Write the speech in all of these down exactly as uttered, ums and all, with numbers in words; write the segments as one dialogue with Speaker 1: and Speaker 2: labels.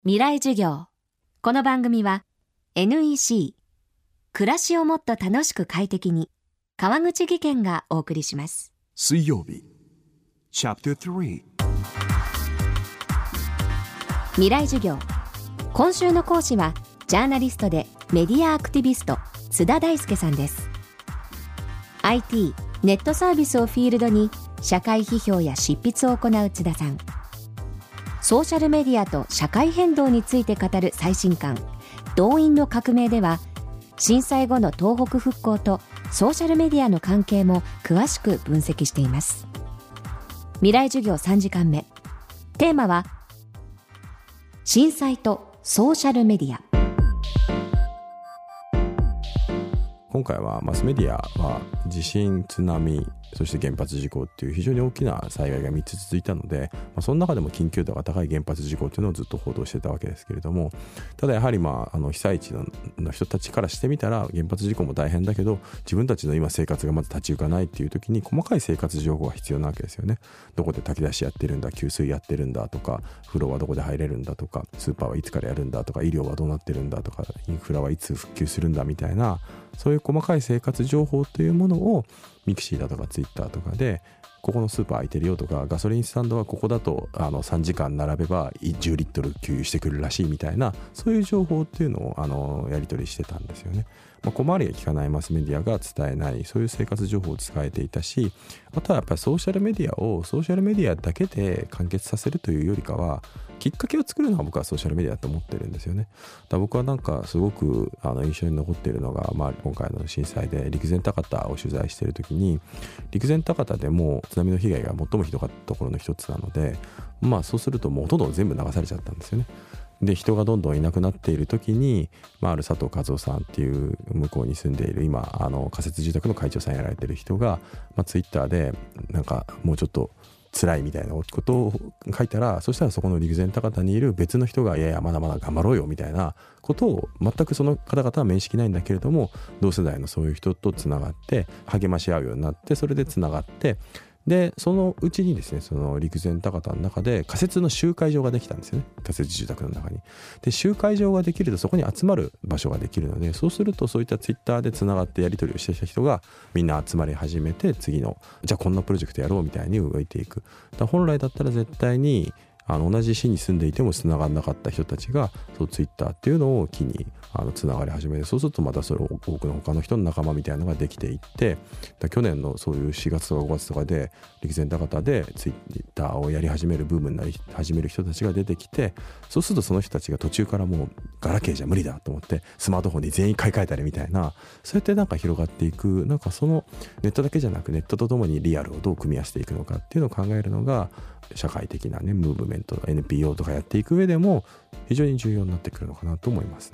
Speaker 1: 未来授業。この番組は エヌイーシー 暮らしをもっと楽しく快適に川口義賢がお送りします。
Speaker 2: 水曜日チャプタースリー
Speaker 1: 未来授業。今週の講師はジャーナリストでメディアアクティビスト津田大介さんです。 アイティー ネットサービスをフィールドに社会批評や執筆を行う津田さん。ソーシャルメディアと社会変動について語る最新刊動員の革命では、震災後の東北復興とソーシャルメディアの関係も詳しく分析しています。未来授業さんじかんめ、テーマは震災とソーシャルメディア。
Speaker 3: 今回はマスメディアは地震、津波、そして原発事故っていう非常に大きな災害がみっつ続いたので、まあ、その中でも緊急度が高い原発事故っていうのをずっと報道してたわけですけれども、ただやはり、まあ、あの被災地 の, の人たちからしてみたら原発事故も大変だけど、自分たちの今生活がまず立ち行かないっていう時に細かい生活情報が必要なわけですよね。どこで炊き出しやってるんだ、給水やってるんだとか、風呂はどこで入れるんだとか、スーパーはいつからやるんだとか、医療はどうなってるんだとか、インフラはいつ復旧するんだみたいな、そういう細かい生活情報というものをミクシーだとかツイッターとかで、ここのスーパー空いてるよとか、ガソリンスタンドはここだとあのさんじかん並べばじゅうリットル給油してくるらしいみたいな、そういう情報っていうのをあのやり取りしてたんですよね。まあ、小回りが利かないマスメディアが伝えない、そういう生活情報を伝えていたし、あとはやっぱりソーシャルメディアをソーシャルメディアだけで完結させるというよりかは、きっかけを作るのが僕はソーシャルメディアだと思ってるんですよね。だから僕はなんかすごくあの印象に残っているのが、まあ、今回の震災で陸前高田を取材している時に、陸前高田でも津波の被害が最もひどかったところの一つなので、まあそうするともうほとんど全部流されちゃったんですよね。で人がどんどんいなくなっている時に、まあ、ある佐藤和夫さんっていう向こうに住んでいる今あの仮設住宅の会長さんやられてる人が、まあ、ツイッターでなんかもうちょっと辛いみたいなことを書いたら、そしたらそこの陸前高田にいる別の人が、いやいやまだまだ頑張ろうよみたいなことを、全くその方々は面識ないんだけれども、同世代のそういう人とつながって励まし合うようになって、それでつながって、でそのうちにですね、その陸前高田の中で仮設の集会場ができたんですよね。仮設住宅の中に。で集会場ができるとそこに集まる場所ができるので、そうするとそういったツイッターでつながってやり取りをしてきた人がみんな集まり始めて、次のじゃあこんなプロジェクトやろうみたいに動いていく。だから本来だったら絶対にあの同じ市に住んでいてもつながらなかった人たちが、そうツイッターっていうのを機にあのつながり始めて、そうするとまたそれを多くの他の人の仲間みたいなのができていって、だ去年のそういうしがつとかごがつとかで陸前高田でツイッターをやり始めるブームになり始める人たちが出てきて、そうするとその人たちが途中からもうガラケーじゃ無理だと思ってスマートフォンに全員買い替えたりみたいな、そうやってなんか広がっていく、なんかそのネットだけじゃなくネットとともにリアルをどう組み合わせていくのかっていうのを考えるのが、社会的なねムーブメント エヌピーオー とかやっていく上でも非常に重要になってくるのかなと思いますね。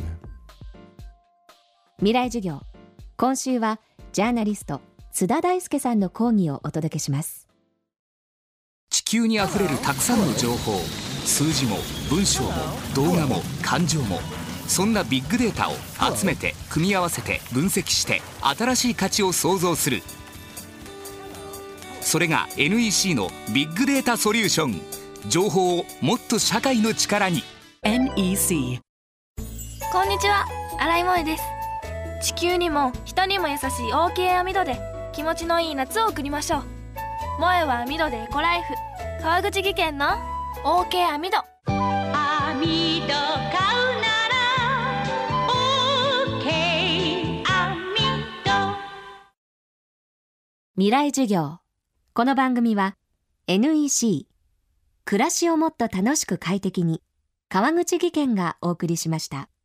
Speaker 1: 未来授業。今週はジャーナリスト津田大介さんの講義をお届けします。
Speaker 4: 地球にあふれるたくさんの情報、数字も文章も動画も感情も、そんなビッグデータを集めて組み合わせて分析して新しい価値を創造する、それが エヌイーシー のビッグデータソリューション。情報をもっと社会の力に。 エヌイーシー。
Speaker 5: こんにちは、新井萌です。地球にも人にも優しい オーケー 網戸で気持ちのいい夏を送りましょう。萌えは網戸でエコライフ。川口技研の オーケー 網戸。
Speaker 6: 網戸買うなら オーケー 網戸。
Speaker 1: 未来授業。この番組は エヌイーシー 暮らしをもっと楽しく快適に川口義賢がお送りしました。